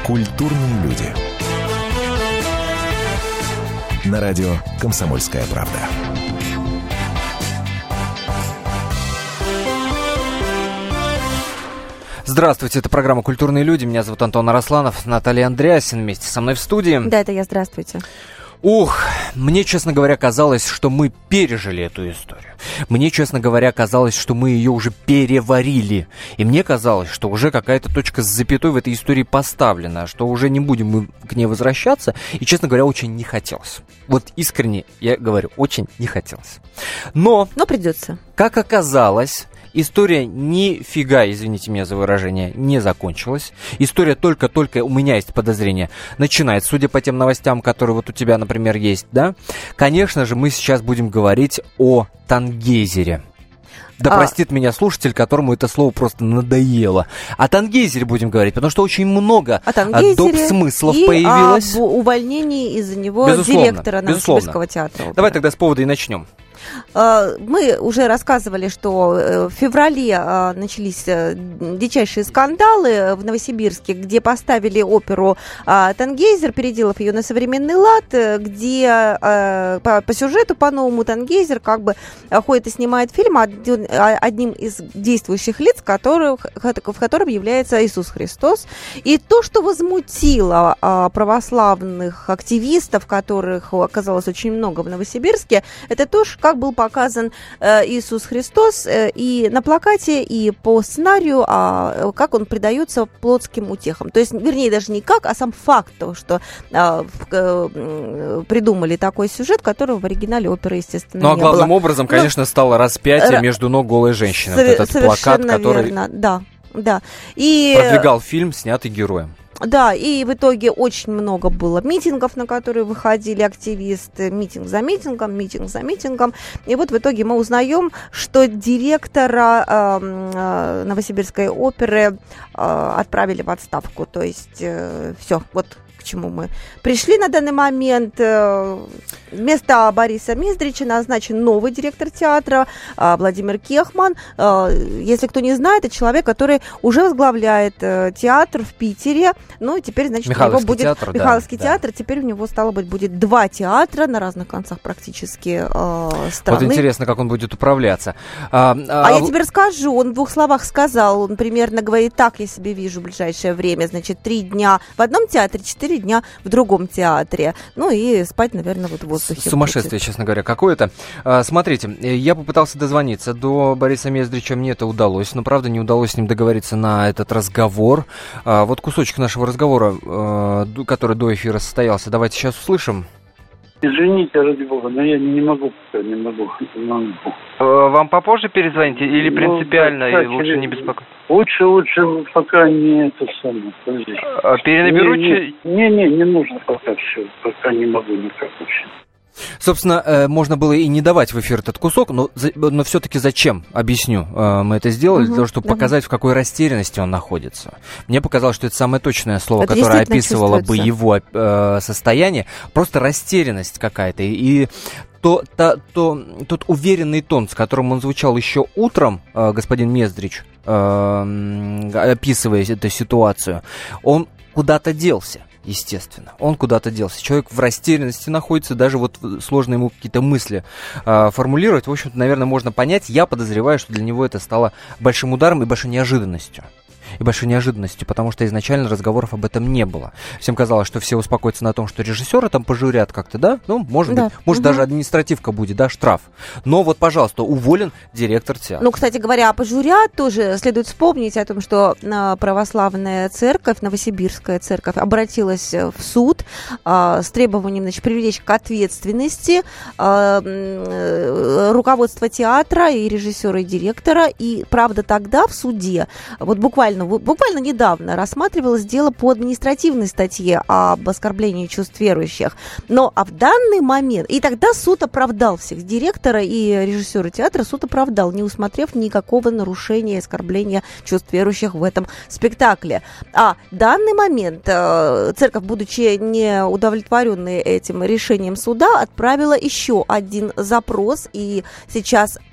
Культурные люди. На радио «Комсомольская правда». Здравствуйте, это программа «Культурные люди». Меня зовут Антон Арасланов, Наталья Андреасин вместе со мной в студии. Да, это я, здравствуйте. Мне, честно говоря, казалось, что мы пережили эту историю. Мне, честно говоря, казалось, что мы ее уже переварили. И мне казалось, что уже какая-то точка с запятой в этой истории поставлена, что уже не будем мы к ней возвращаться. И, честно говоря, очень не хотелось. Вот искренне я говорю, очень не хотелось. Но придется. Как оказалось, история нифига, извините меня за выражение, не закончилась. История только-только, у меня есть подозрение, начинается, судя по тем новостям, которые вот у тебя, например, есть, да? Конечно же, мы сейчас будем говорить о Тангейзере. Да простит меня слушатель, которому это слово просто надоело. О Тангейзере будем говорить, потому что очень много доп. Смыслов появилось. И об увольнении из-за него директора Новосибирского театра. Давай тогда с повода и начнем. Мы уже рассказывали, что в феврале начались дичайшие скандалы в Новосибирске, где поставили оперу «Тангейзер», переделав ее на современный лад, где по сюжету по-новому Тангейзер как бы ходит и снимает фильм одним из действующих лиц, в котором является Иисус Христос. И то, что возмутило православных активистов, которых оказалось очень много в Новосибирске, это то, как был показан Иисус Христос и на плакате, и по сценарию, как он предается плотским утехам. То есть, вернее, даже не как, а сам факт того, что придумали такой сюжет, которого в оригинале оперы, естественно, не было. Главным образом, конечно, стало распятие между ног голой женщины. Вот этот плакат, который верно, да. И продвигал фильм, снятый героем. Да, и в итоге очень много было митингов, на которые выходили активисты, митинг за митингом. И вот в итоге мы узнаем, что директора Новосибирской оперы отправили в отставку. То есть все, вот к чему мы пришли на данный момент. Вместо Бориса Мездрича назначен новый директор театра Владимир Кехман. Если кто не знает, это человек, который уже возглавляет театр в Питере. Ну и теперь, значит, у него будет Михайловский театр. Теперь у него, стало быть, будет 2 театра на разных концах практически страны. Вот интересно, как он будет управляться. Я тебе расскажу. Он в 2 словах сказал. Он примерно говорит: так я себе вижу в ближайшее время. Значит, 3 дня в одном театре, 4 дня в другом театре. Ну и спать, наверное, вот в воздухе. Сумасшествие, честно говоря, какое-то. Смотрите, я попытался дозвониться до Бориса Мездрича, мне это удалось, но, правда, не удалось с ним договориться на этот разговор. Вот кусочек нашего разговора, который до эфира состоялся, давайте сейчас услышим. Извините, ради бога, но я не могу. Вам попозже перезвоните или принципиально лучше не беспокоить? Лучше пока не это самое. Перенаберу? Не нужно пока все. Пока не могу никак вообще. Собственно, можно было и не давать в эфир этот кусок, но все-таки зачем? Объясню. Мы это сделали для того, чтобы показать, в какой растерянности он находится. Мне показалось, что это самое точное слово, это которое описывало бы его состояние. Просто растерянность какая-то. И тот уверенный тон, с которым он звучал еще утром, господин Мездрич, описывая эту ситуацию, он куда-то делся. Естественно, он куда-то делся. Человек в растерянности находится, даже вот сложно ему какие-то мысли формулировать. В общем-то, наверное, можно понять. Я подозреваю, что для него это стало большим ударом и большой неожиданностью. Потому что изначально разговоров об этом не было. Всем казалось, что все успокоятся на том, что режиссеры там пожурят как-то, да? Ну, может быть, даже административка будет, да, штраф. Но вот, пожалуйста, уволен директор театра. Ну, кстати говоря, пожурят тоже. Следует вспомнить о том, что православная церковь, Новосибирская церковь, обратилась в суд с требованием, значит, привлечь к ответственности руководство театра и режиссера, и директора. И, правда, тогда в суде, вот буквально недавно рассматривалось дело по административной статье об оскорблении чувств верующих. Но в данный момент... И тогда суд оправдал всех. Директора и режиссера театра суд оправдал, не усмотрев никакого нарушения и оскорбления чувств верующих в этом спектакле. А в данный момент церковь, будучи не удовлетворенной этим решением суда, отправила еще один запрос. И сейчас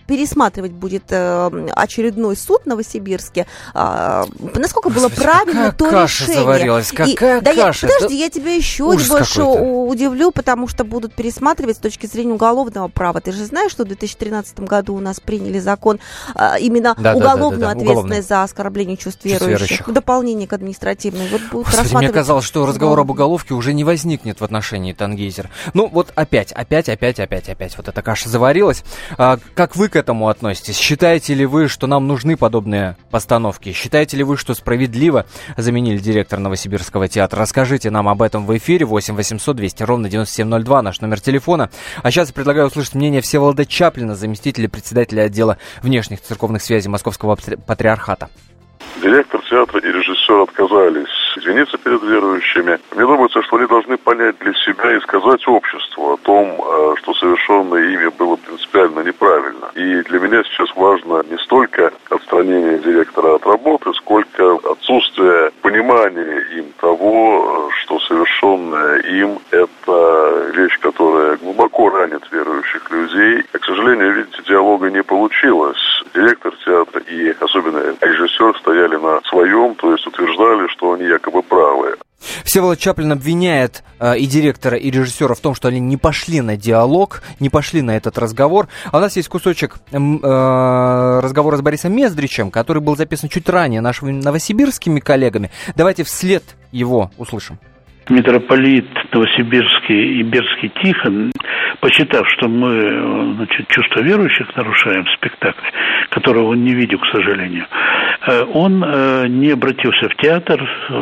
пересматривать будет очередной суд в Новосибирске. Насколько было правильно то каша решение. Заварилась, какая каша? Подожди, я тебя еще больше удивлю, потому что будут пересматривать с точки зрения уголовного права. Ты же знаешь, что в 2013 году у нас приняли закон именно уголовную ответственность за оскорбление чувств верующих. В дополнение к административной. Вот будут рассматривать. Мне казалось, что разговор об уголовке уже не возникнет в отношении Тангейзер. Ну, вот опять вот эта каша заварилась. Как вы к этому относитесь? Считаете ли вы, что нам нужны подобные постановки? Считаете ли вы, что справедливо заменили директора Новосибирского театра? Расскажите нам об этом в эфире. 8 800 200 ровно 9702, наш номер телефона. А сейчас я предлагаю услышать мнение Всеволода Чаплина, заместителя председателя отдела внешних церковных связей Московского патриархата. Директор театра и режиссер отказались извиниться перед верующими. Мне думается, что они должны понять для себя и сказать обществу о том, что совершенное ими было принципиально неправильно. И для меня сейчас важно не столько отстранение директора от работы, сколько отсутствие понимания им того, что совершенное им – это вещь, которая глубоко ранит верующих людей. И, к сожалению, видите, диалога не получилось. Директор театра и особенно режиссер стояли на своем, то есть утверждали, что они якобы правы. Всеволод Чаплин обвиняет и директора, и режиссера в том, что они не пошли на диалог, не пошли на этот разговор. А у нас есть кусочек разговора с Борисом Мездричем, который был записан чуть ранее нашими новосибирскими коллегами. Давайте вслед его услышим. Митрополит Новосибирский и Бердский Тихон, посчитав, что мы, чувство верующих нарушаем в спектакле, которого он не видел, к сожалению, он не обратился в театр,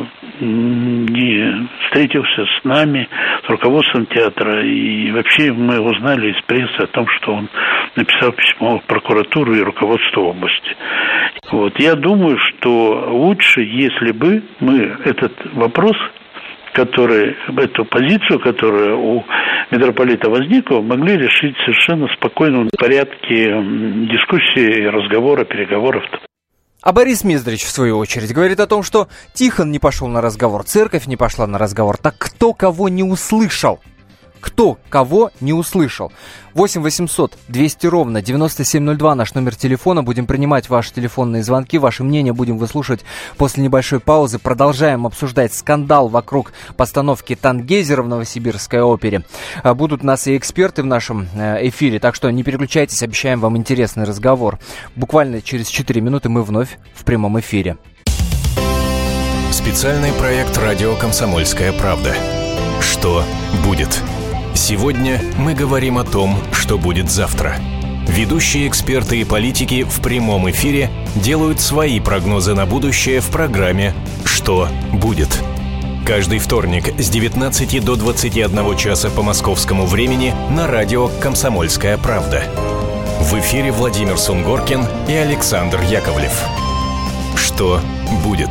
не встретился с нами, с руководством театра, и вообще мы узнали из прессы о том, что он написал письмо в прокуратуру и руководство области. Вот. Я думаю, что лучше, если бы мы этот вопрос, эту позицию, которая у митрополита возникла, могли решить в совершенно спокойном порядке дискуссии, разговора, переговоров. А Борис Мездрич, в свою очередь, говорит о том, что Тихон не пошел на разговор, церковь не пошла на разговор. Так кто кого не услышал? Кто кого не услышал? 8 800 200 ровно 9702, наш номер телефона. Будем принимать ваши телефонные звонки, ваше мнение будем выслушивать после небольшой паузы. Продолжаем обсуждать скандал вокруг постановки Тангейзера в Новосибирской опере. Будут у нас и эксперты в нашем эфире, так что не переключайтесь, обещаем вам интересный разговор. Буквально через 4 минуты мы вновь в прямом эфире. Специальный проект «Радио Комсомольская правда». Что будет? Сегодня мы говорим о том, что будет завтра. Ведущие эксперты и политики в прямом эфире делают свои прогнозы на будущее в программе «Что будет?». Каждый вторник с 19 до 21 часа по московскому времени на радио «Комсомольская правда». В эфире Владимир Сунгоркин и Александр Яковлев. Что будет?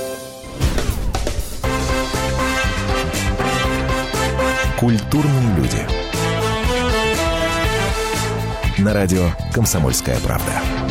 Культурные люди. На радио «Комсомольская правда».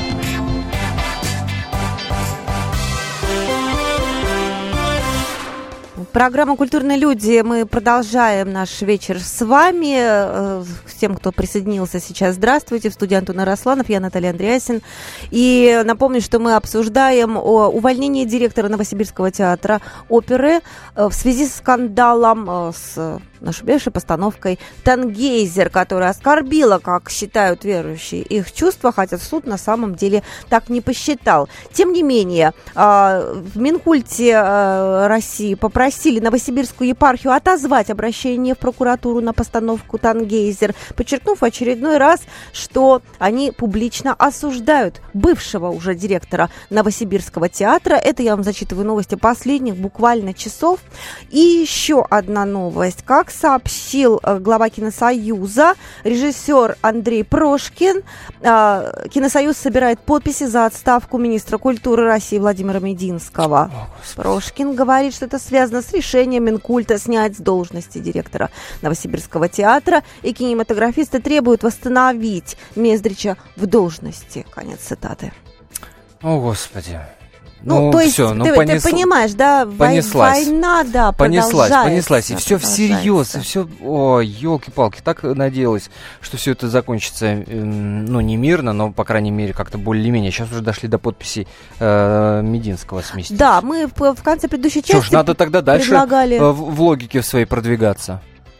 Программа «Культурные люди». Мы продолжаем наш вечер с вами. С тем, кто присоединился сейчас, здравствуйте. В студии Антон Арасланов, я Наталья Андреасин. И напомню, что мы обсуждаем увольнение директора Новосибирского театра оперы в связи с скандалом с нашумевшей постановкой «Тангейзер», которая оскорбила, как считают верующие, их чувства, хотя суд на самом деле так не посчитал. Тем не менее, в Минкульте России попросили Новосибирскую епархию отозвать обращение в прокуратуру на постановку «Тангейзер», подчеркнув в очередной раз, что они публично осуждают бывшего уже директора Новосибирского театра. Это я вам зачитываю новости последних буквально часов. И еще одна новость. Как сообщил глава Киносоюза, режиссер Андрей Прошкин, Киносоюз собирает подписи за отставку министра культуры России Владимира Мединского. Прошкин говорит, что это связано с решением Минкульта снять с должности директора Новосибирского театра, и кинематографисты требуют восстановить Мездрича в должности. Конец цитаты. О, Господи. Ну, то есть, всё, ты понимаешь, да, война, да, понеслась, и все всерьез, и все, ой, елки-палки, так надеялась, что все это закончится, не мирно, но, по крайней мере, как-то более-менее. Сейчас уже дошли до подписей Мединского сместить. Да, мы в конце предыдущей части Что ж, надо тогда дальше предлагали... в логике в своей продвигаться.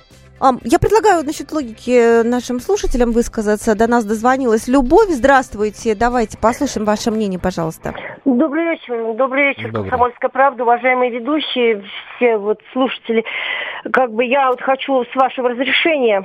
Я предлагаю насчет логики нашим слушателям высказаться. До нас дозвонилась Любовь. Здравствуйте. Давайте послушаем ваше мнение, пожалуйста. Добрый вечер. «Комсомольская правда», уважаемые ведущие, все слушатели. Я хочу, с вашего разрешения,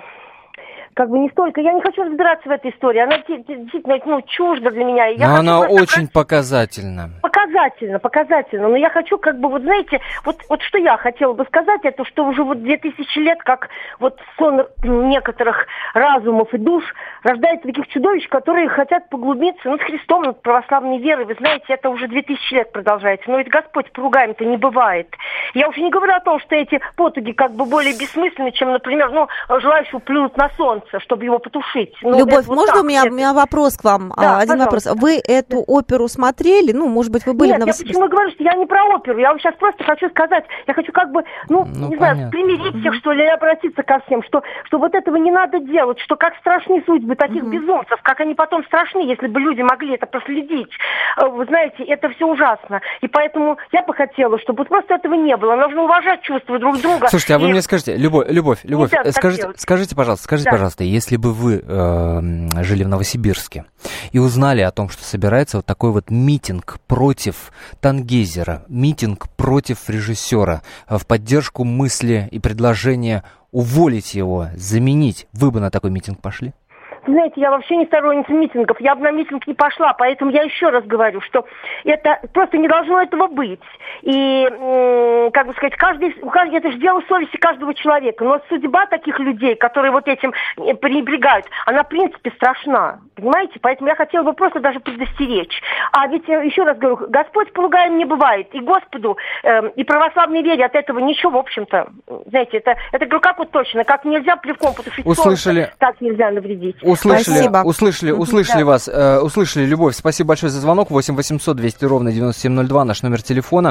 не столько... Я не хочу разбираться в этой истории. Она действительно, чужда для меня. Но она очень показательна. Показательно. Но я хочу, знаете, что я хотела бы сказать, это что уже 2000 лет, как сон некоторых разумов и душ рождается таких чудовищ, которые хотят поглубиться, с Христом, над православной верой. Вы знаете, это уже 2000 лет продолжается. Но ведь Господь поругаем-то не бывает. Я уже не говорю о том, что эти потуги более бессмысленны, чем, например, желающего плюнуть на солнце, чтобы его потушить. Любовь, можно у меня вопрос к вам? Да, один пожалуйста. вопрос. Вы эту оперу смотрели? Может быть, вы были Нет, на я почему говорю, что я не про оперу. Я вам сейчас просто хочу сказать, я хочу не знаю, примирить всех, что ли, и обратиться ко всем, что этого не надо делать, что как страшны судьбы таких безумцев, как они потом страшны, если бы люди могли это проследить. Вы знаете, это все ужасно. И поэтому я бы хотела, чтобы просто этого не было. Нужно уважать чувства друг друга. Слушайте, а вы мне скажите, Любовь, скажите, пожалуйста, если бы вы жили в Новосибирске и узнали о том, что собирается такой митинг против Тангейзера, митинг против режиссера в поддержку мысли и предложения уволить его, заменить, вы бы на такой митинг пошли? Знаете, я вообще не сторонница митингов, я бы на митинг не пошла, поэтому я еще раз говорю, что это просто не должно этого быть. И, это же дело совести каждого человека. Но судьба таких людей, которые этим пренебрегают, она, в принципе, страшна. Понимаете? Поэтому я хотела бы просто даже предостеречь. А ведь, еще раз говорю, Господь поругаем не бывает. И Господу, и православной вере от этого ничего, в общем-то, знаете, это говорю, точно, как нельзя плевком потушить солнце, так нельзя навредить. Услышали вас, услышали, Любовь. Спасибо большое за звонок. 8 800 200 ровно 9702, наш номер телефона.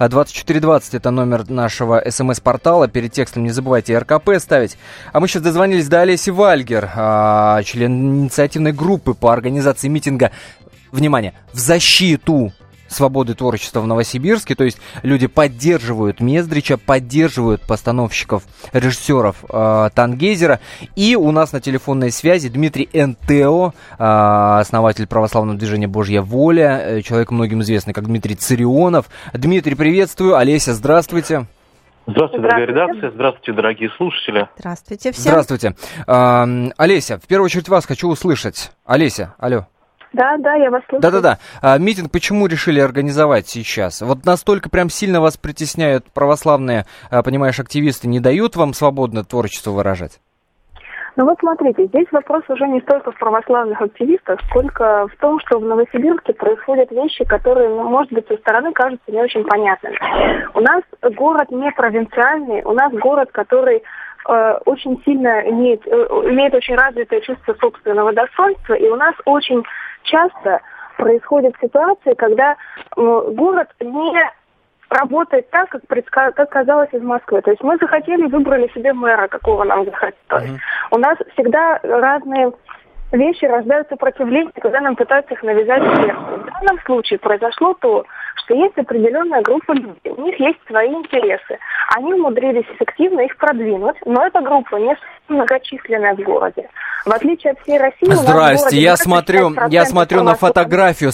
2420 это номер нашего СМС-портала. Перед текстом не забывайте РКП ставить. А мы сейчас дозвонились до Олеси Вальгер, член инициативной группы по организации митинга, внимание, в защиту свободы творчества в Новосибирске, то есть люди поддерживают Мездрича, поддерживают постановщиков, режиссеров Тангейзера. И у нас на телефонной связи Дмитрий НТО, основатель православного движения «Божья воля», человек многим известный как Дмитрий Царионов. Дмитрий, приветствую. Олеся, здравствуйте. Здравствуйте, дорогая редакция. Здравствуйте, дорогие слушатели. Здравствуйте всем. Здравствуйте. Олеся, в первую очередь вас хочу услышать. Олеся, алло. Да, я вас слушаю. Да. Митинг почему решили организовать сейчас? Настолько прям сильно вас притесняют православные, понимаешь, активисты, не дают вам свободно творчество выражать? Смотрите, здесь вопрос уже не столько в православных активистах, сколько в том, что в Новосибирске происходят вещи, которые, может быть, со стороны кажутся не очень понятными. У нас город не провинциальный, у нас город, который очень сильно имеет очень развитое чувство собственного достоинства, и у нас очень часто происходят ситуации, когда город не работает так, как казалось из Москвы. То есть мы захотели, выбрали себе мэра, какого нам захотелось. У нас всегда разные вещи рождают сопротивление, когда нам пытаются их навязать сверху. В данном случае произошло то, что есть определенная группа людей, у них есть свои интересы. Они умудрились эффективно их продвинуть, но эта группа не многочисленная в городе. В отличие от всей России... Здрасте, я смотрю на фотографию,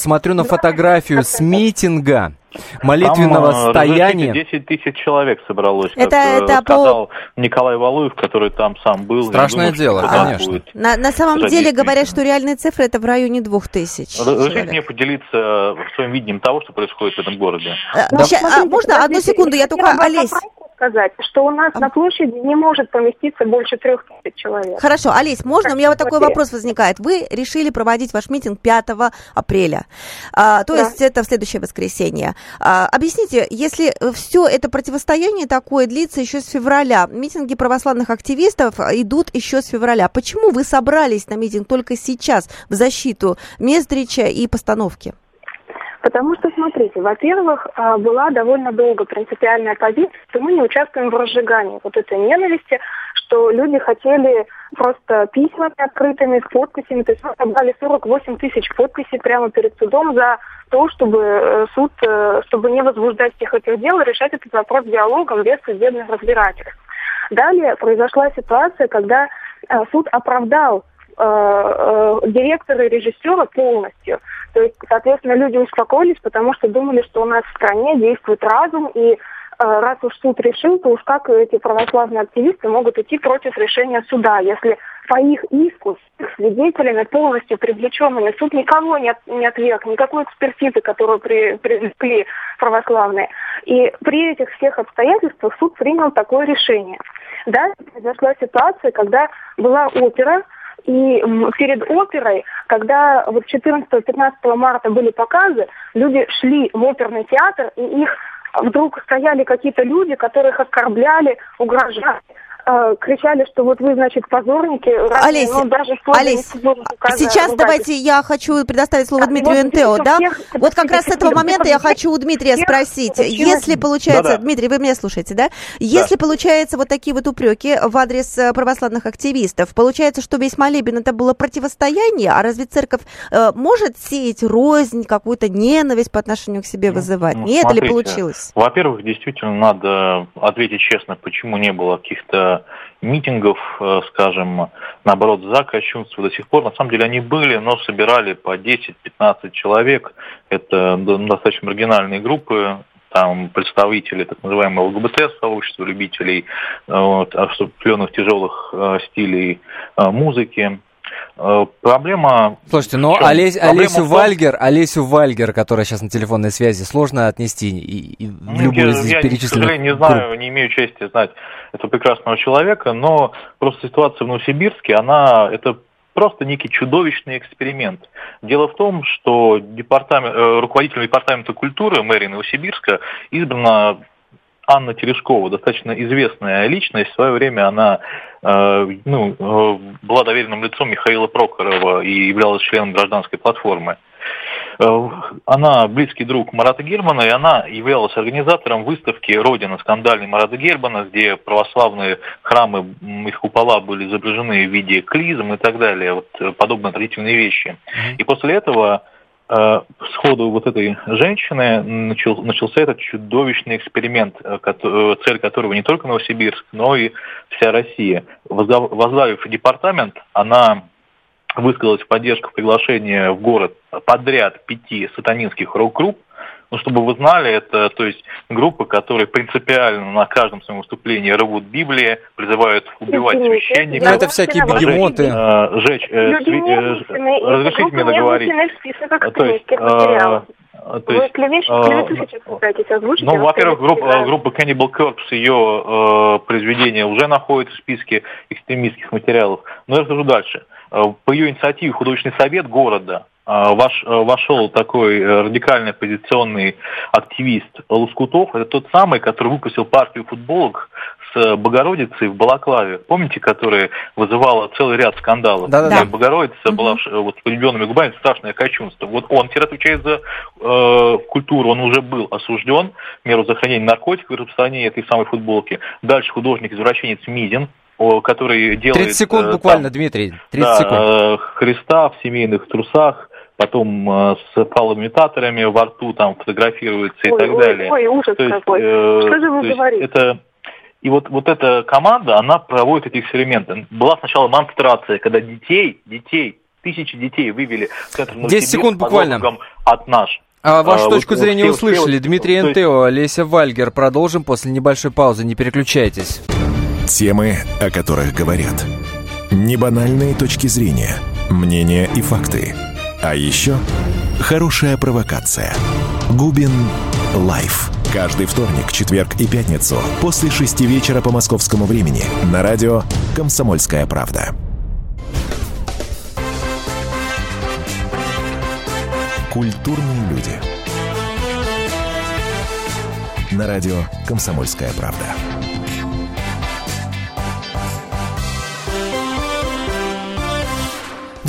с митинга молитвенного стояния. 10 тысяч человек собралось, это сказал Николай Валуев, который там сам был. Страшное дело, конечно. На самом деле говорят, что реальные цифры это в районе 2000. Разрешите мне поделиться своим видением того, что происходит в этом городе? Можно одну секунду, я только Олесь. Сказать, что у нас на площади не может поместиться больше 3000 человек. Хорошо, Олесь, можно? У меня такой вопрос возникает. Вы решили проводить ваш митинг 5 апреля, то есть это в следующее воскресенье. Объясните, если все это противостояние такое длится еще с февраля, митинги православных активистов идут еще с февраля, почему вы собрались на митинг только сейчас в защиту Мездрича и постановки? Потому что, смотрите, во-первых, была довольно долго принципиальная позиция, что мы не участвуем в разжигании вот этой ненависти, что люди хотели просто письмами открытыми, с подписями. То есть мы собрали 48 тысяч подписей прямо перед судом за то, чтобы суд, чтобы не возбуждать всех этих дел, решать этот вопрос диалогом без судебных разбирательств. Далее произошла ситуация, когда суд оправдал директора и режиссера полностью. То есть, соответственно, люди успокоились, потому что думали, что у нас в стране действует разум, и раз уж суд решил, то уж как эти православные активисты могут идти против решения суда, если по их иску, с их свидетелями полностью привлеченными, суд никого не отверг, никакой экспертизы, которую привлекли православные. И при этих всех обстоятельствах суд принял такое решение. Далее произошла ситуация, когда была опера, и перед оперой, когда вот 14-15 марта были показы, люди шли в оперный театр, и их вдруг стояли какие-то люди, которых оскорбляли, угрожали, кричали, что вот вы, значит, позорники. Олесь, сейчас давайте я хочу предоставить слово Дмитрию НТО, да? Вот как раз с этого момента я хочу у Дмитрия спросить. Если получается, Дмитрий, вы меня слушаете, да? Если получается вот такие вот упреки в адрес православных активистов, получается, что весь молебен это было противостояние, а разве церковь может сеять рознь, какую-то ненависть по отношению к себе вызывать? Нет, смотрите, или получилось? Во-первых, действительно надо ответить честно, почему не было каких-то митингов, скажем, наоборот, за кощунство до сих пор. На самом деле они были, но собирали по 10-15 человек. Это достаточно маргинальные группы, там представители так называемого ЛГБТ-сообщества, любителей определенных тяжелых стилей музыки. Проблема... Слушайте, но Олесю Вальгер, которая сейчас на телефонной связи, сложно отнести и в любую из перечисленных... Я, не знаю, не имею чести знать этого прекрасного человека, но просто ситуация в Новосибирске, это просто некий чудовищный эксперимент. Дело в том, что руководителем департамента культуры мэрии Новосибирска избрана Анна Терешкова, достаточно известная личность. В свое время она была доверенным лицом Михаила Прохорова и являлась членом гражданской платформы. Она близкий друг Марата Германа, и она являлась организатором выставки «Родина. Скандальный Марата Германа», где православные храмы, их купола были изображены в виде клизм и так далее, вот подобные отвратительные вещи. И после этого сходу вот этой женщины начался этот чудовищный эксперимент, цель которого не только Новосибирск, но и вся Россия. Возглавив департамент, она высказалась в поддержку приглашения в город подряд 5 сатанинских рок-групп. Ну, чтобы вы знали, это, то есть, группы, которые принципиально на каждом своем выступлении рвут Библии, призывают убивать священников. Ну, это всякие бегемоты. Жечь. Разрешите мне договорить. Во-первых, группа Cannibal Corpse, ее произведение уже находится в списке экстремистских материалов. Но я скажу дальше. По ее инициативе художественный совет города вошел такой радикальный оппозиционный активист Лоскутов. Это тот самый, который выпустил партию футболок с Богородицей в балаклаве. Помните, которая вызывала целый ряд скандалов? Да. Богородица была с подведенными губами, страшное кощунство. Вот он теперь отвечает за культуру. Он уже был осужден в меру захоронения наркотиков и распространения этой самой футболки. Дальше художник-извращенец Мизин, который делает... 30 секунд буквально, Дмитрий. 30 секунд. Христа в семейных трусах, потом с фалоимитаторами во рту там фотографируется и так далее. Ой, ужас какой. Что же вы говорите? И вот эта команда, она проводит эти эксперименты. Была сначала демонстрация, когда тысячи детей вывели в центр Новосибирска 10 секунд буквально. От наш. Вашу точку зрения услышали. Дмитрий НТО, Олеся Вальгер. Продолжим после небольшой паузы. Не переключайтесь. Темы, о которых говорят. Небанальные точки зрения, мнения и факты. А еще хорошая провокация. Губин Лайф. Каждый вторник, четверг и пятницу после 6 вечера по московскому времени на радио «Комсомольская правда». Культурные люди. На радио «Комсомольская правда».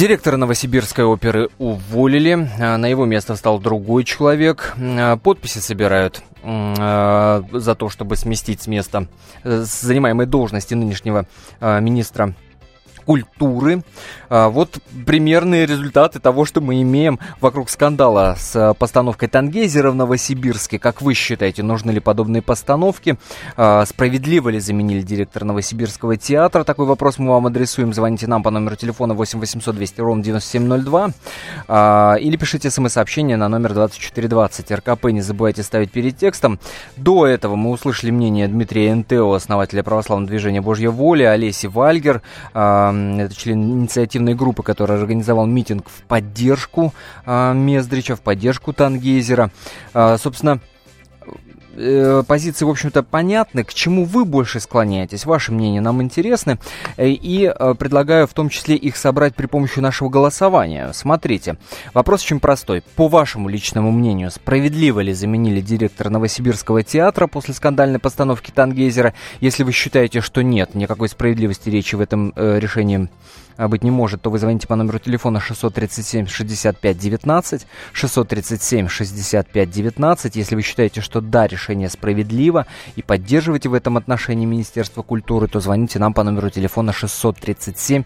Директора Новосибирской оперы уволили. На его место встал другой человек. Подписи собирают за то, чтобы сместить с места с занимаемой должности нынешнего министра культуры. Вот примерные результаты того, что мы имеем вокруг скандала с постановкой «Тангейзера» в Новосибирске. Как вы считаете, нужны ли подобные постановки? Справедливо ли заменили директора Новосибирского театра? Такой вопрос мы вам адресуем. Звоните нам по номеру телефона 8 800 200 ровно 9702. Или пишите смс-сообщение на номер 2420. РКП не забывайте ставить перед текстом. До этого мы услышали мнение Дмитрия НТО, основателя православного движения «Божья воля», Олеси Вальгер, это член инициативной группы, который организовал митинг в поддержку Мездрича, в поддержку Тангейзера. Собственно, позиции, в общем-то, понятны. К чему вы больше склоняетесь? Ваше мнение нам интересно. И предлагаю в том числе их собрать при помощи нашего голосования. Смотрите, вопрос очень простой. По вашему личному мнению, справедливо ли заменили директора Новосибирского театра после скандальной постановки Тангейзера? Если вы считаете, что нет, никакой справедливости речи в этом решении быть не может, то вы звоните по номеру телефона 637-65-19, 637-65-19. Если вы считаете, что да, решение справедливо и поддерживаете в этом отношении Министерство культуры, то звоните нам по номеру телефона 637-65-20,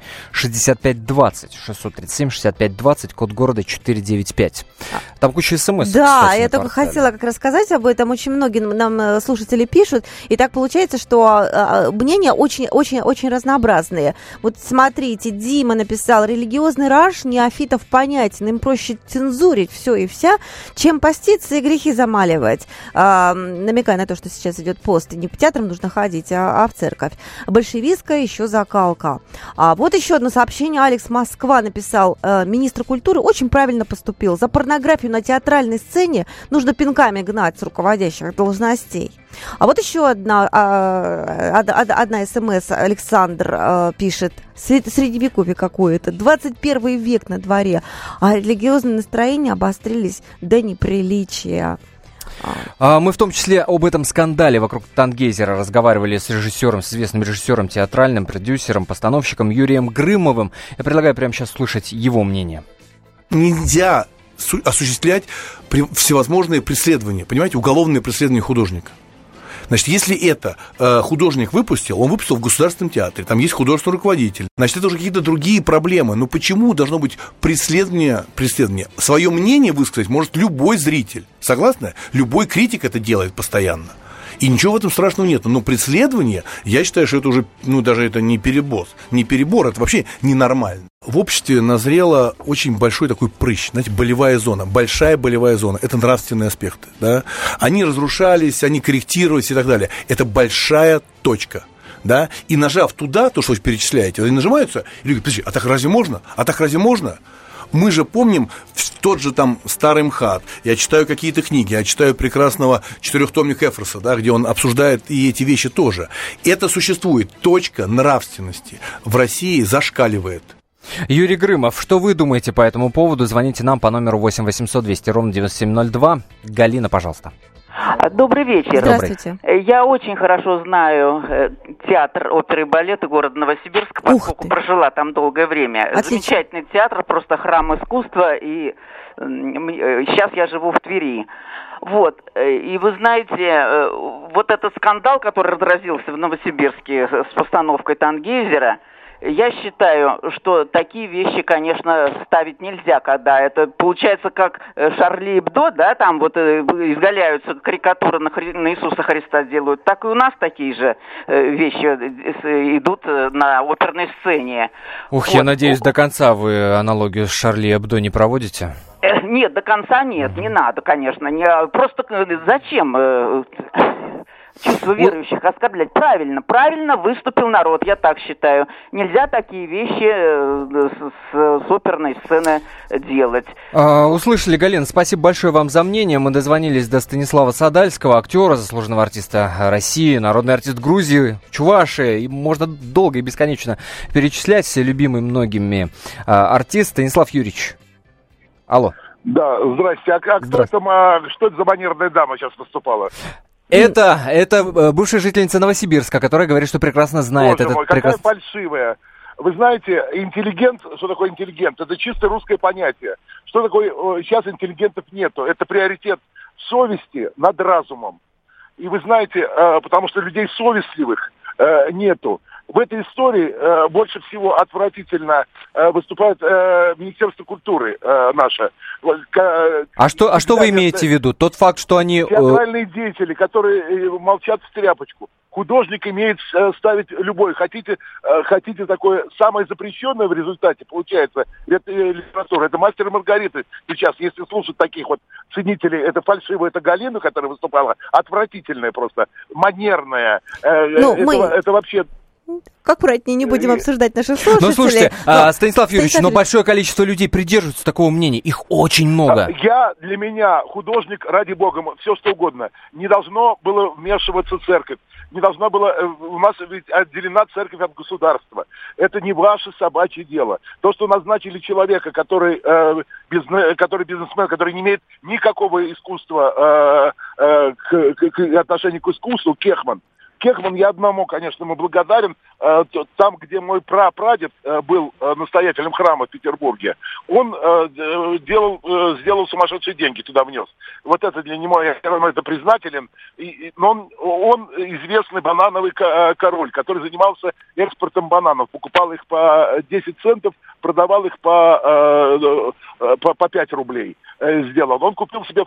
637-65-20, код города 495. Там куча смс. Да, кстати, я только хотела как раз сказать об этом. Очень многие нам слушатели пишут, и так получается, что мнения очень разнообразные. Вот смотрите, Дима написал: религиозный раж неофитов понятен, им проще цензурить все и вся, чем поститься и грехи замаливать. Намекая на то, что сейчас идет пост, не по театрам нужно ходить, а в церковь. Большевистская еще закалка. Вот еще одно сообщение. Алекс Москва написал: министр культуры очень правильно поступил. За порнографию на театральной сцене нужно пинками гнать с руководящих должностей. А вот еще одна смс. Александр пишет: средневековье какое-то, 21 век на дворе, а религиозные настроения обострились до неприличия. Мы в том числе об этом скандале вокруг Тангейзера разговаривали с режиссером, с известным режиссером театральным, продюсером, постановщиком Юрием Грымовым. Я предлагаю прямо сейчас слушать его мнение. Нельзя осуществлять всевозможные преследования, понимаете, уголовные преследования художника. Значит, если это художник выпустил, он выпустил в Государственном театре, там есть художественный руководитель, значит, это уже какие-то другие проблемы. Но почему должно быть преследование? Свое мнение высказать может любой зритель. Согласны? Любой критик это делает постоянно. И ничего в этом страшного нет. Но преследование, я считаю, что это уже, даже это не перебор, это вообще ненормально. В обществе назрело очень большой такой прыщ, знаете, болевая зона, большая болевая зона. Это нравственные аспекты, да. Они разрушались, они корректировались и так далее. Это большая точка. Да, и нажав туда, то, что вы перечисляете, они нажимаются, и люди говорят: подожди, а так разве можно? Мы же помним тот же там старый МХАТ. Я читаю какие-то книги, я читаю прекрасного четырехтомника Эфроса, да, где он обсуждает и эти вещи тоже. Это существует. Точка нравственности в России зашкаливает. Юрий Грымов, что вы думаете по этому поводу? Звоните нам по номеру 8 800 200 ровно 9702. Галина, пожалуйста. Добрый вечер. Здравствуйте. Я очень хорошо знаю театр оперы и балета города Новосибирска, поскольку прожила там долгое время. Отлично. Замечательный театр, просто храм искусства, и сейчас я живу в Твери. Вот, и вы знаете, вот этот скандал, который разразился в Новосибирске с постановкой Тангейзера, я считаю, что такие вещи, конечно, ставить нельзя, когда это получается как Шарли Эбдо, да, там вот изгаляются карикатуры на Иисуса Христа делают, так и у нас такие же вещи идут на оперной сцене. Ух, вот. Я надеюсь, до конца вы аналогию с Шарли Эбдо не проводите? Нет, до конца нет, не надо, конечно. Просто зачем чувство верующих оскорблять? Правильно выступил народ, я так считаю. Нельзя такие вещи с оперной сцены делать. Услышали, Галина, спасибо большое вам за мнение. Мы дозвонились до Станислава Садальского, актера, заслуженного артиста России, народный артист Грузии, Чувашии. И можно долго и бесконечно перечислять, любимый многими артист. Станислав Юрьевич. Алло. Да, здрасте. А кто там, что это за манерная дама сейчас выступала? Это бывшая жительница Новосибирска, которая говорит, что прекрасно знает Боже этот мой, прекрасный... какая фальшивая. Вы знаете, интеллигент, что такое интеллигент? Это чисто русское понятие. Что такое, сейчас интеллигентов нету. Это приоритет совести над разумом. И вы знаете, потому что людей совестливых нету. В этой истории больше всего отвратительно выступает Министерство культуры наше. А что вы имеете в виду? Тот факт, что они... Театральные деятели, которые молчат в тряпочку. Художник имеет ставить любой. Хотите такое самое запрещенное в результате, получается, это литература. Это «Мастер и Маргарита». Сейчас, если слушать таких вот ценителей, это фальшивая, это Галина, которая выступала, отвратительная просто, манерная. Это вообще... Как аккуратнее, не будем обсуждать наших слушателей. Ну, слушайте, Станислав Юрьевич, но большое количество людей придерживаются такого мнения. Их очень много. Для меня, художник, ради бога, все что угодно, не должно было вмешиваться церковь. Не должна была... У нас ведь отделена церковь от государства. Это не ваше собачье дело. То, что назначили человека, который бизнесмен, который не имеет никакого искусства отношения к искусству, Кехман, я одному, конечно, ему благодарен. Там, где мой прапрадед был настоятелем храма в Петербурге, он сделал сумасшедшие деньги, туда внес. Вот это для него, я все равно это признателен. Но он известный банановый король, который занимался экспортом бананов. Покупал их по 10 центов, продавал их по 5 рублей. Сделал. Он купил себе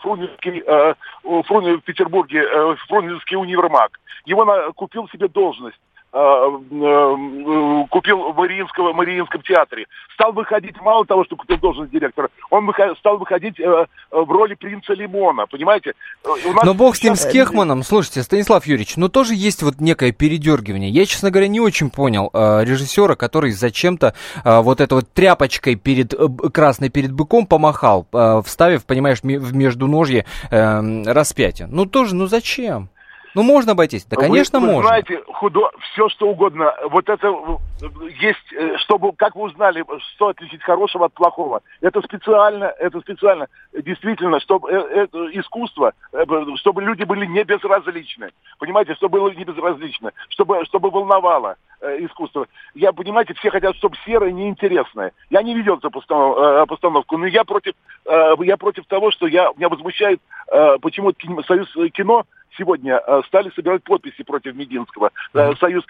в Петербурге Фрунзенский универмаг. Купил себе должность. Купил в Мариинском театре. Стал выходить, мало того, что купил должность директора, он стал выходить в роли принца Лимона, понимаете? Но бог с ним, с Кехманом. Слушайте, Станислав Юрьевич, но тоже есть вот некое передергивание. Я, честно говоря, не очень понял режиссера, который зачем-то вот этой вот тряпочкой красной перед быком помахал, вставив, понимаешь, в междуножье распятие. Зачем? Можно обойтись? Да, конечно, можно. Вы знаете, все что угодно. Вот это есть, чтобы, как вы узнали, что отличить хорошего от плохого. Это специально, действительно, чтобы это искусство, чтобы люди были не безразличны. Понимаете, чтобы было не безразлично, чтобы волновало искусство. Понимаете, все хотят, чтобы серое, неинтересное. Я не видел эту постановку, но я против того, что меня возмущает, почему Союз кино сегодня стали собирать подписи против Мединского, Союз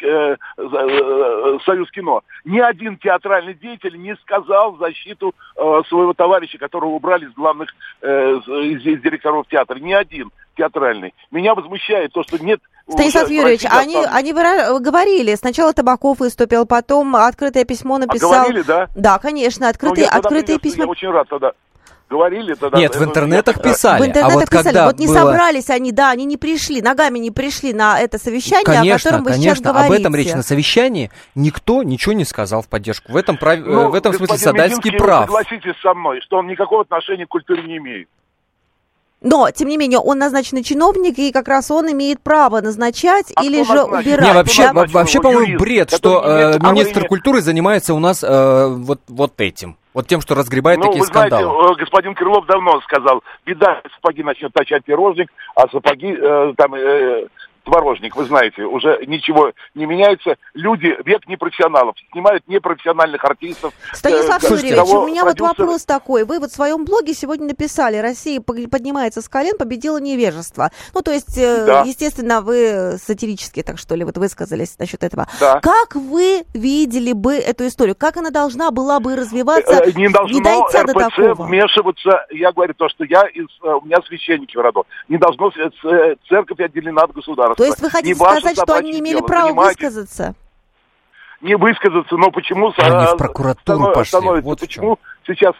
кино. Ни один театральный деятель не сказал в защиту своего товарища, которого убрали из главных из директоров театра. Ни один театральный. Меня возмущает то, что нет... Станислав Юрьевич, они говорили, сначала Табаков выступил, потом открытое письмо написал... Говорили, да? Да, конечно, открытые письма... Я очень рад тогда. Говорили тогда. Нет, в интернетах писали. В интернетах писали. Вот не собрались они, они не пришли, ногами не пришли на это совещание, конечно, о котором вы сейчас говорите. Об этом речь на совещании. Никто ничего не сказал в поддержку. В этом смысле Садальский прав. Согласитесь со мной, что он никакого отношения к культуре не имеет. Но, тем не менее, он назначенный чиновник, и как раз он имеет право назначать или же убирать. Не, вообще, по-моему, бред, что министр культуры занимается у нас вот этим. Вот тем, что разгребает такие скандалы. Вы знаете, господин Крылов давно сказал, беда, сапоги начнет точать пирожник, а сапоги творожник, вы знаете, уже ничего не меняется. Люди, век непрофессионалов, снимают непрофессиональных артистов. Станислав Юрьевич, у меня вот вопрос такой. Вы вот в своем блоге сегодня написали: «Россия поднимается с колен, победила невежество». То есть, естественно, вы сатирически, так что ли, вот высказались насчет этого. Да. Как вы видели бы эту историю? Как она должна была бы развиваться, не дойдя до такого? Вмешиваться, я говорю то, что у меня священники в роду. Не должно церковь отделена от государства. То есть вы хотите сказать, что они не имели права высказаться? Не высказаться, но почему... Они в прокуратуру пошли. Вот почему сейчас...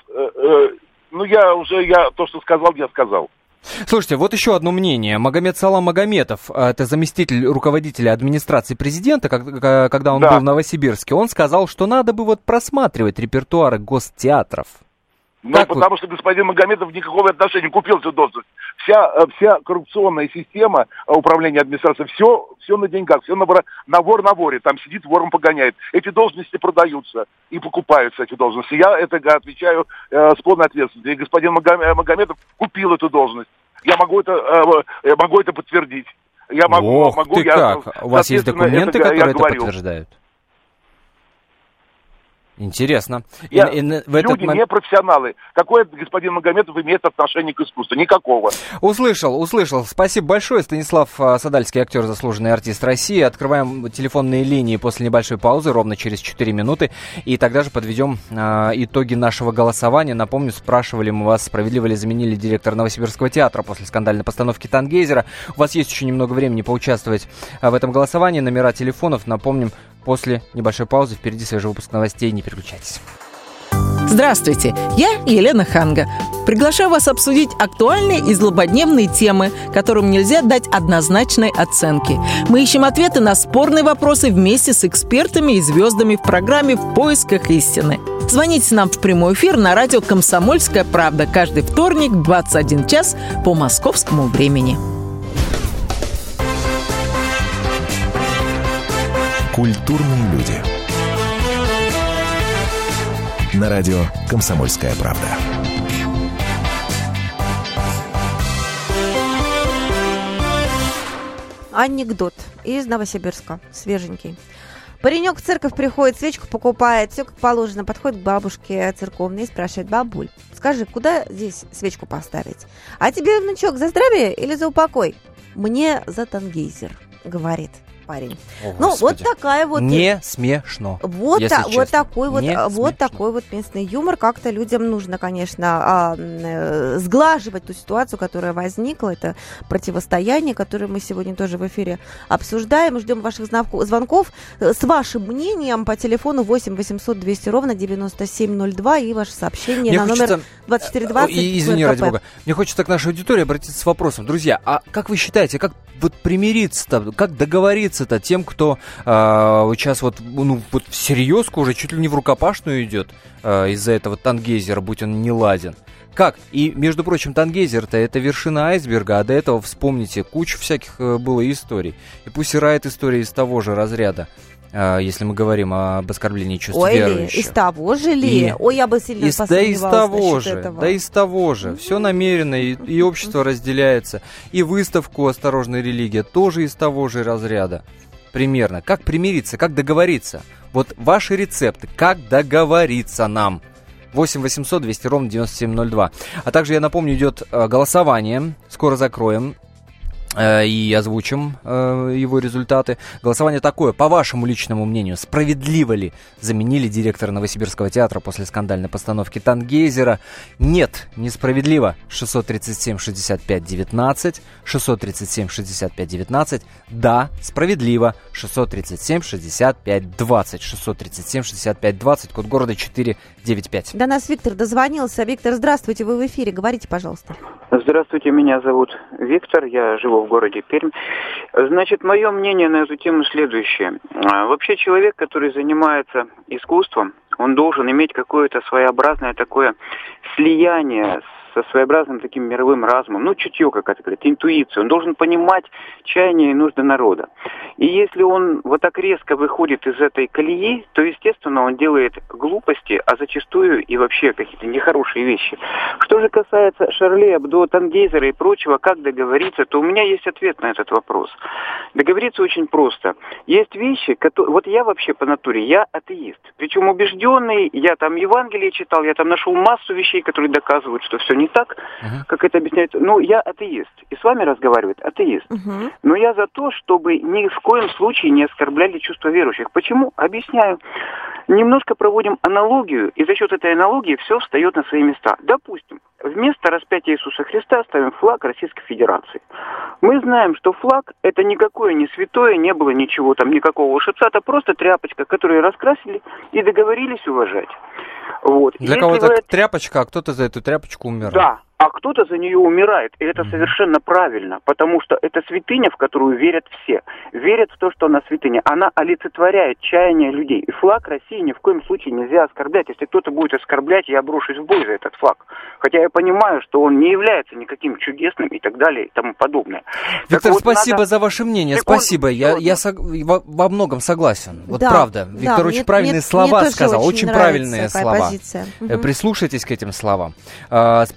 Я то, что сказал, я сказал. Слушайте, вот еще одно мнение. Магомед Салам Магометов, это заместитель руководителя администрации президента, когда он был в Новосибирске, он сказал, что надо бы просматривать репертуары гостеатров. Потому что господин Магометов никакого отношения купил эту должность. Вся коррупционная система управления администрацией, все на деньгах, все на вор на воре. Там сидит, вором погоняет. Эти должности продаются и покупаются, эти должности. Я это отвечаю с полной ответственностью. И господин Магометов купил эту должность. Я могу это подтвердить. Как? У вас есть документы, которые это подтверждают? Интересно. Люди не профессионалы. Какое господин Магомедов имеет отношение к искусству? Никакого. Услышал. Спасибо большое. Станислав Садальский, актер, заслуженный артист России. Открываем телефонные линии после небольшой паузы, ровно через 4 минуты. И тогда же подведем итоги нашего голосования. Напомню, спрашивали мы вас, справедливо ли заменили директора Новосибирского театра после скандальной постановки «Тангейзера». У вас есть еще немного времени поучаствовать в этом голосовании. Номера телефонов, напомним, после небольшой паузы. Впереди свежий выпуск новостей. Не переключайтесь. Здравствуйте, я Елена Ханга. Приглашаю вас обсудить актуальные и злободневные темы, которым нельзя дать однозначной оценки. Мы ищем ответы на спорные вопросы вместе с экспертами и звездами в программе «В поисках истины». Звоните нам в прямой эфир на радио «Комсомольская правда» каждый вторник в 21 час по московскому времени. Культурные люди. На радио «Комсомольская правда». Анекдот из Новосибирска, свеженький. Паренек в церковь приходит, свечку покупает, все как положено, подходит к бабушке церковной и спрашивает: бабуль, скажи, куда здесь свечку поставить? А тебе, внучок, за здравие или за упокой? Мне за Тангейзер, говорит парень. О, ну, Господи. вот такая вот... Не смешно. Вот такой вот местный юмор. Как-то людям нужно, конечно, сглаживать ту ситуацию, которая возникла. Это противостояние, которое мы сегодня тоже в эфире обсуждаем. Ждем ваших звонков с вашим мнением по телефону 8 800 200 ровно 9702 и ваше сообщение на номер 2420. Извини, ради бога. Мне хочется к нашей аудитории обратиться с вопросом. Друзья, а как вы считаете, как вот примириться-то, как договориться тем, кто сейчас вот всерьезку уже чуть ли не в рукопашную идет из-за этого Тангейзера, будь он не ладен. Как? И, между прочим, Тангейзер-то это вершина айсберга, а до этого, вспомните, куча всяких было историй. И пусть и Райт история из того же разряда, если мы говорим об оскорблении чувств верующих. Из того же ли? Я бы сильно посомневалась насчет этого. Да из того же. Все намеренно, и общество разделяется. И выставку «Осторожная религия» тоже из того же разряда. Примерно. Как примириться, как договориться? Вот ваши рецепты, как договориться нам? 8 800 200 ровно 9702. А также, я напомню, идет голосование. Скоро закроем и озвучим его результаты. Голосование такое. По вашему личному мнению, справедливо ли заменили директора Новосибирского театра после скандальной постановки Тангейзера? Нет, несправедливо. 637-65-19. 637-65-19. Да, справедливо. 637-65-20. 637-65-20. Код города 495. До нас Виктор дозвонился. Виктор, здравствуйте, вы в эфире. Говорите, пожалуйста. Здравствуйте, меня зовут Виктор, я живу в городе Пермь. Значит, мое мнение на эту тему следующее. Вообще человек, который занимается искусством, он должен иметь какое-то своеобразное такое слияние со своеобразным таким мировым разумом, ну, чутье, как это говорит, интуицию. Он должен понимать чаяния и нужды народа. И если он вот так резко выходит из этой колеи, то, естественно, он делает глупости, а зачастую и вообще какие-то нехорошие вещи. Что же касается Шарли Эбдо, Тангейзера и прочего, как договориться, то у меня есть ответ на этот вопрос. Договориться очень просто. Есть вещи, которые... Вот я вообще по натуре, я атеист. Причем убежденный, я там Евангелие читал, я там нашел массу вещей, которые доказывают, что все не так, как это объясняется. Ну, я атеист. И с вами разговаривает атеист. Но я за то, чтобы ни в коем случае не оскорбляли чувства верующих. Почему? Объясняю. Немножко проводим аналогию, и за счет этой аналогии все встает на свои места. Допустим, вместо распятия Иисуса Христа ставим флаг Российской Федерации. Мы знаем, что флаг это никакое не святое, не было ничего там, никакого волшебства, это просто тряпочка, которую раскрасили и договорились уважать. Вот. Для кого-то тряпочка, а кто-то за эту тряпочку умирает. Да, а кто-то за нее умирает, и это совершенно правильно, потому что это святыня, в которую верят все. Верят в то, что она святыня. Она олицетворяет чаяние людей. И флаг России ни в коем случае нельзя оскорблять. Если кто-то будет оскорблять, я брошусь в бой за этот флаг. Хотя я понимаю, что он не является никаким чудесным и так далее и тому подобное. Виктор, вот спасибо за ваше мнение. Спасибо. Я во многом согласен. Вот да, правда. Виктор очень правильные слова сказал. Очень правильные слова. Прислушайтесь к этим словам. Справедливо ли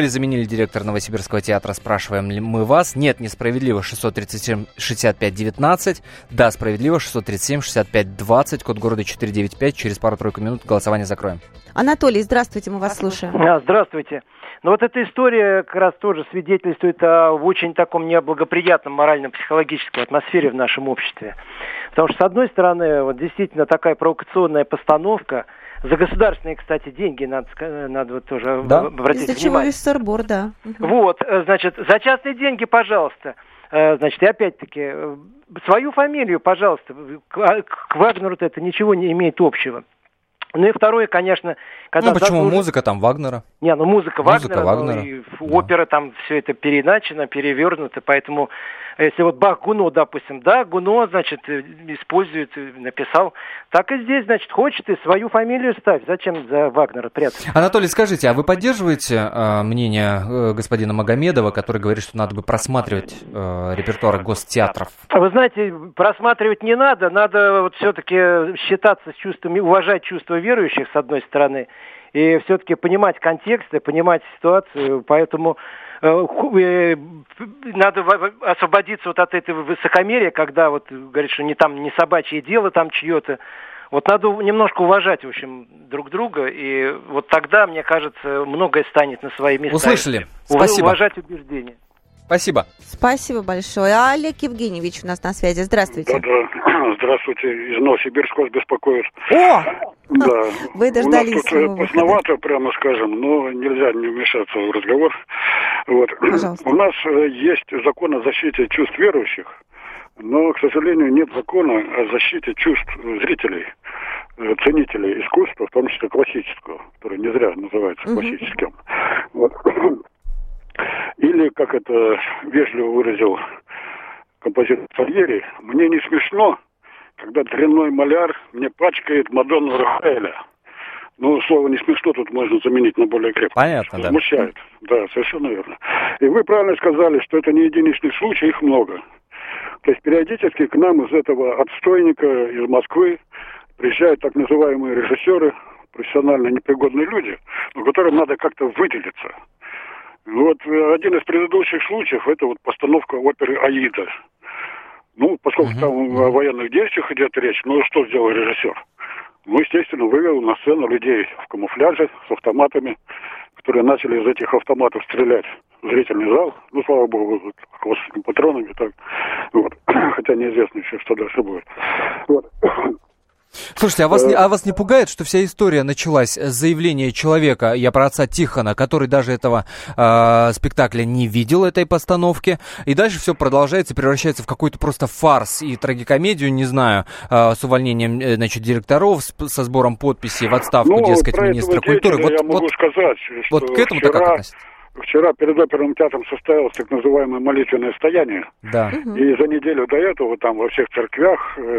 заменили директора Новосибирского театра, спрашиваем ли мы вас. Нет, несправедливо, 637-65-19. Да, справедливо, 637-65-20, код города 495. Через пару-тройку минут голосование закроем. Анатолий, здравствуйте, мы вас слушаем. Здравствуйте. Ну вот эта история как раз тоже свидетельствует о очень таком неблагоприятном морально-психологической атмосфере в нашем обществе. Потому что, с одной стороны, вот действительно такая провокационная постановка, за государственные, кстати, деньги надо вот тоже обратить внимание. Из-за чего весь сырбор, да. Вот, значит, за частные деньги, пожалуйста. Значит, и опять-таки, свою фамилию, пожалуйста. К Вагнеру-то это ничего не имеет общего. Ну и второе, конечно... Когда почему музыка там Вагнера? Музыка Вагнера. И опера там все это переначено, перевернуто, поэтому если вот Бах Гуно, допустим, да, Гуно, значит, использует, написал, так и здесь, значит, хочет и свою фамилию ставь, зачем за Вагнера прятать? Анатолий, скажите, а вы поддерживаете мнение господина Магомедова, который говорит, что надо бы просматривать репертуар гостеатров? Вы знаете, просматривать не надо, надо вот все-таки считаться с чувствами, уважать чувства верующих, с одной стороны, и все-таки понимать контекст, понимать ситуацию, поэтому надо освободиться вот от этого высокомерия, когда вот говорит, что не собачье дело там чье-то. Вот надо немножко уважать, в общем, друг друга, и вот тогда, мне кажется, многое станет на свои места. Услышали. Спасибо. Уважать убеждения. Спасибо. Спасибо большое. А Олег Евгеньевич у нас на связи. Здравствуйте. Да. Здравствуйте. Из Новосибирска вас беспокоит. О! Да. Вы дождались. У нас тут поздновато, прямо скажем, но нельзя не вмешаться в разговор. Вот. У нас есть закон о защите чувств верующих, но, к сожалению, нет закона о защите чувств зрителей, ценителей искусства, в том числе классического, который не зря называется классическим. Вот. Или, как это вежливо выразил композитор Сальери, мне не смешно, когда дрянной маляр мне пачкает Мадонну Рафаэля. Ну, слово «не смешно» тут можно заменить на более крепкое. Понятно, да. Смущает. Да, совершенно верно. И вы правильно сказали, что это не единичный случай, их много. То есть периодически к нам из этого отстойника, из Москвы, приезжают так называемые режиссеры, профессионально непригодные люди, но которым надо как-то выделиться. Вот один из предыдущих случаев – это вот постановка оперы «Аида». Ну, поскольку там о военных действиях идет речь, ну, что сделал режиссер? Ну, естественно, вывел на сцену людей в камуфляже, с автоматами, которые начали из этих автоматов стрелять в зрительный зал. Ну, слава богу, классическими патронами, так. Вот. Хотя неизвестно еще, что дальше будет. Вот. Слушайте, а вас не пугает, что вся история началась с заявления человека, я про отца Тихона, который даже этого спектакля не видел, этой постановки, и дальше все продолжается, превращается в какой-то просто фарс и трагикомедию, не знаю, с увольнением, значит, директоров, со сбором подписей в отставку, дескать, министра культуры. Я могу сказать, что вот к этому так относится? Вчера перед оперным театром состоялось так называемое молитвенное стояние. Да. И за неделю до этого там во всех церквях,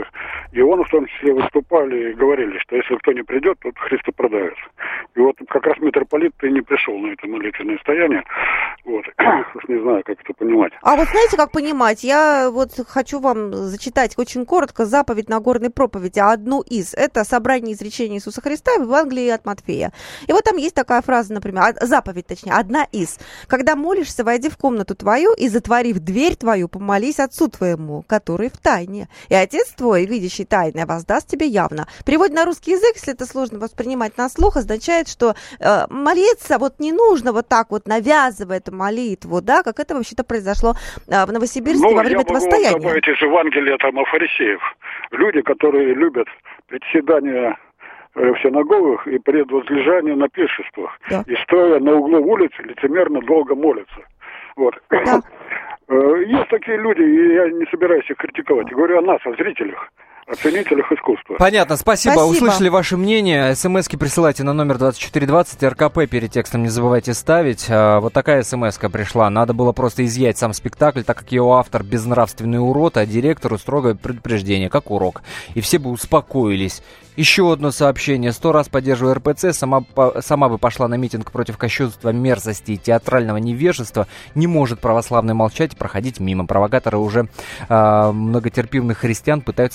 и он в том числе выступали и говорили, что если кто не придет, то Христу продавится. И вот как раз митрополит-то и не пришел на это молитвенное стояние. Вот. Уж не знаю, как это понимать. А вот знаете, как понимать? Я вот хочу вам зачитать очень коротко заповедь Нагорной проповеди, одну из. Это собрание изречений Иисуса Христа в Евангелии от Матфея. И вот там есть такая фраза, например, заповедь, точнее, одна из. Когда молишься, войди в комнату твою и, затворив дверь твою, помолись Отцу твоему, который в тайне. И Отец твой, видящий тайное, воздаст тебе явно. Перевод на русский язык, если это сложно воспринимать на слух, означает, что молиться вот не нужно вот так вот, навязывая эту молитву, да, как это вообще-то произошло в Новосибирске во время этого стояния. Я могу добавить из Евангелия там о фарисеев. Люди, которые любят председание в синагогах и предвозлежание на пиршествах. Да. И стоя на углу улицы, лицемерно долго молятся. Вот. Да. Есть такие люди, и я не собираюсь их критиковать. Я говорю о нас, о зрителях, о ценителях искусства. Понятно, спасибо. Услышали ваше мнение. СМСки присылайте на номер 2420, РКП перед текстом не забывайте ставить. Вот такая СМСка пришла. Надо было просто изъять сам спектакль, так как его автор безнравственный урод, а директору строгое предупреждение, как урок. И все бы успокоились. Еще одно сообщение. 100 раз поддерживаю РПЦ. Сама бы пошла на митинг против кощунства, мерзости и театрального невежества. Не может православный молчать и проходить мимо. Провокаторы уже многотерпимых христиан пытаются достать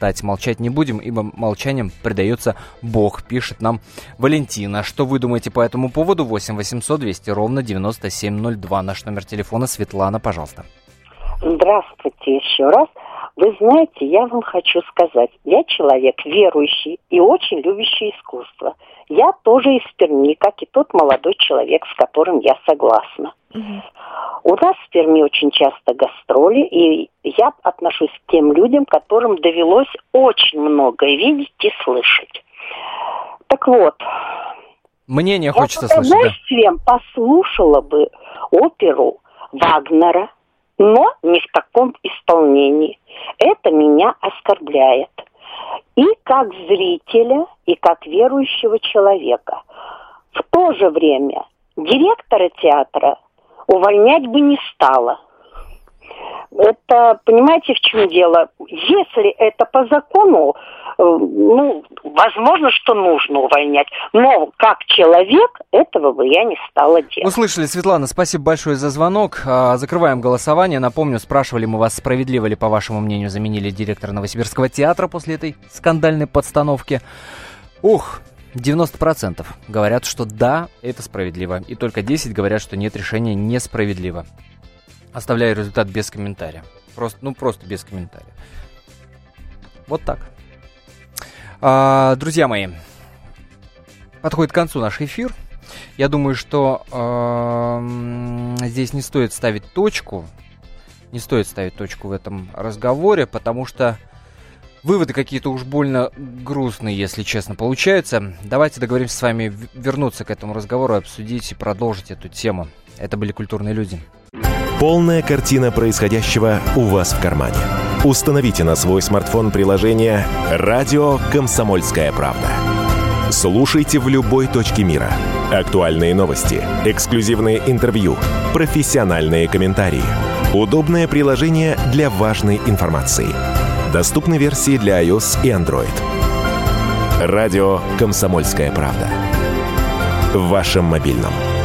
болтать. Молчать не будем, ибо молчанием предается Бог, пишет нам Валентина. Что вы думаете по этому поводу? 8 800 200 ровно 9702. Наш номер телефона. Светлана, пожалуйста. Здравствуйте еще раз. Вы знаете, я вам хочу сказать, я человек верующий и очень любящий искусство. Я тоже из Перми, как и тот молодой человек, с которым я согласна. У нас в Перми очень часто гастроли, и я отношусь к тем людям, которым довелось очень многое видеть и слышать. Так вот, мнение хочется слышать. Я с удовольствием послушала бы оперу Вагнера, но не в таком исполнении. Это меня оскорбляет. И как зрителя, и как верующего человека. В то же время директора театра увольнять бы не стала. Это, понимаете, в чем дело? Если это по закону, возможно, что нужно увольнять. Но как человек, этого бы я не стала делать. Услышали, Светлана, спасибо большое за звонок. Закрываем голосование. Напомню, спрашивали мы вас, справедливо ли, по вашему мнению, заменили директора Новосибирского театра после этой скандальной подстановки. 90% говорят, что да, это справедливо. И только 10% говорят, что нет, решение несправедливо. Оставляю результат без комментария. Просто без комментария. Вот так. Друзья мои, подходит к концу наш эфир. Я думаю, что здесь не стоит ставить точку. Не стоит ставить точку в этом разговоре, потому что выводы какие-то уж больно грустные, если честно, получаются. Давайте договоримся с вами вернуться к этому разговору, обсудить и продолжить эту тему. Это были «Культурные люди». Полная картина происходящего у вас в кармане. Установите на свой смартфон приложение «Радио Комсомольская правда». Слушайте в любой точке мира. Актуальные новости, эксклюзивные интервью, профессиональные комментарии. Удобное приложение для важной информации. Доступны версии для iOS и Android. «Радио Комсомольская правда». В вашем мобильном.